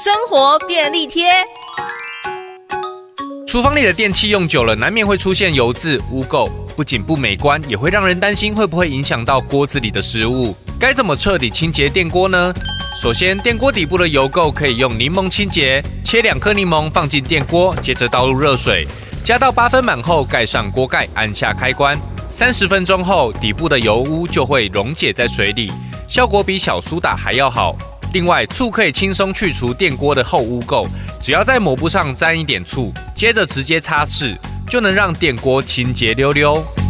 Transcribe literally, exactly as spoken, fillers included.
生活便利贴。 厨房里的电器用久了，难免会出现油渍、污垢，不仅不美观，也会让人担心会不会影响到锅子里的食物。该怎么彻底清洁电锅呢？首先，电锅底部的油垢可以用柠檬清洁。切两颗柠檬放进电锅，接着倒入热水，加到八分满后，盖上锅盖，按下开关。三十分钟后，底部的油污就会溶解在水里，效果比小苏打还要好。另外，醋可以轻松去除电锅的厚污垢，只要在抹布上沾一点醋，接着直接擦拭，就能让电锅清洁溜溜。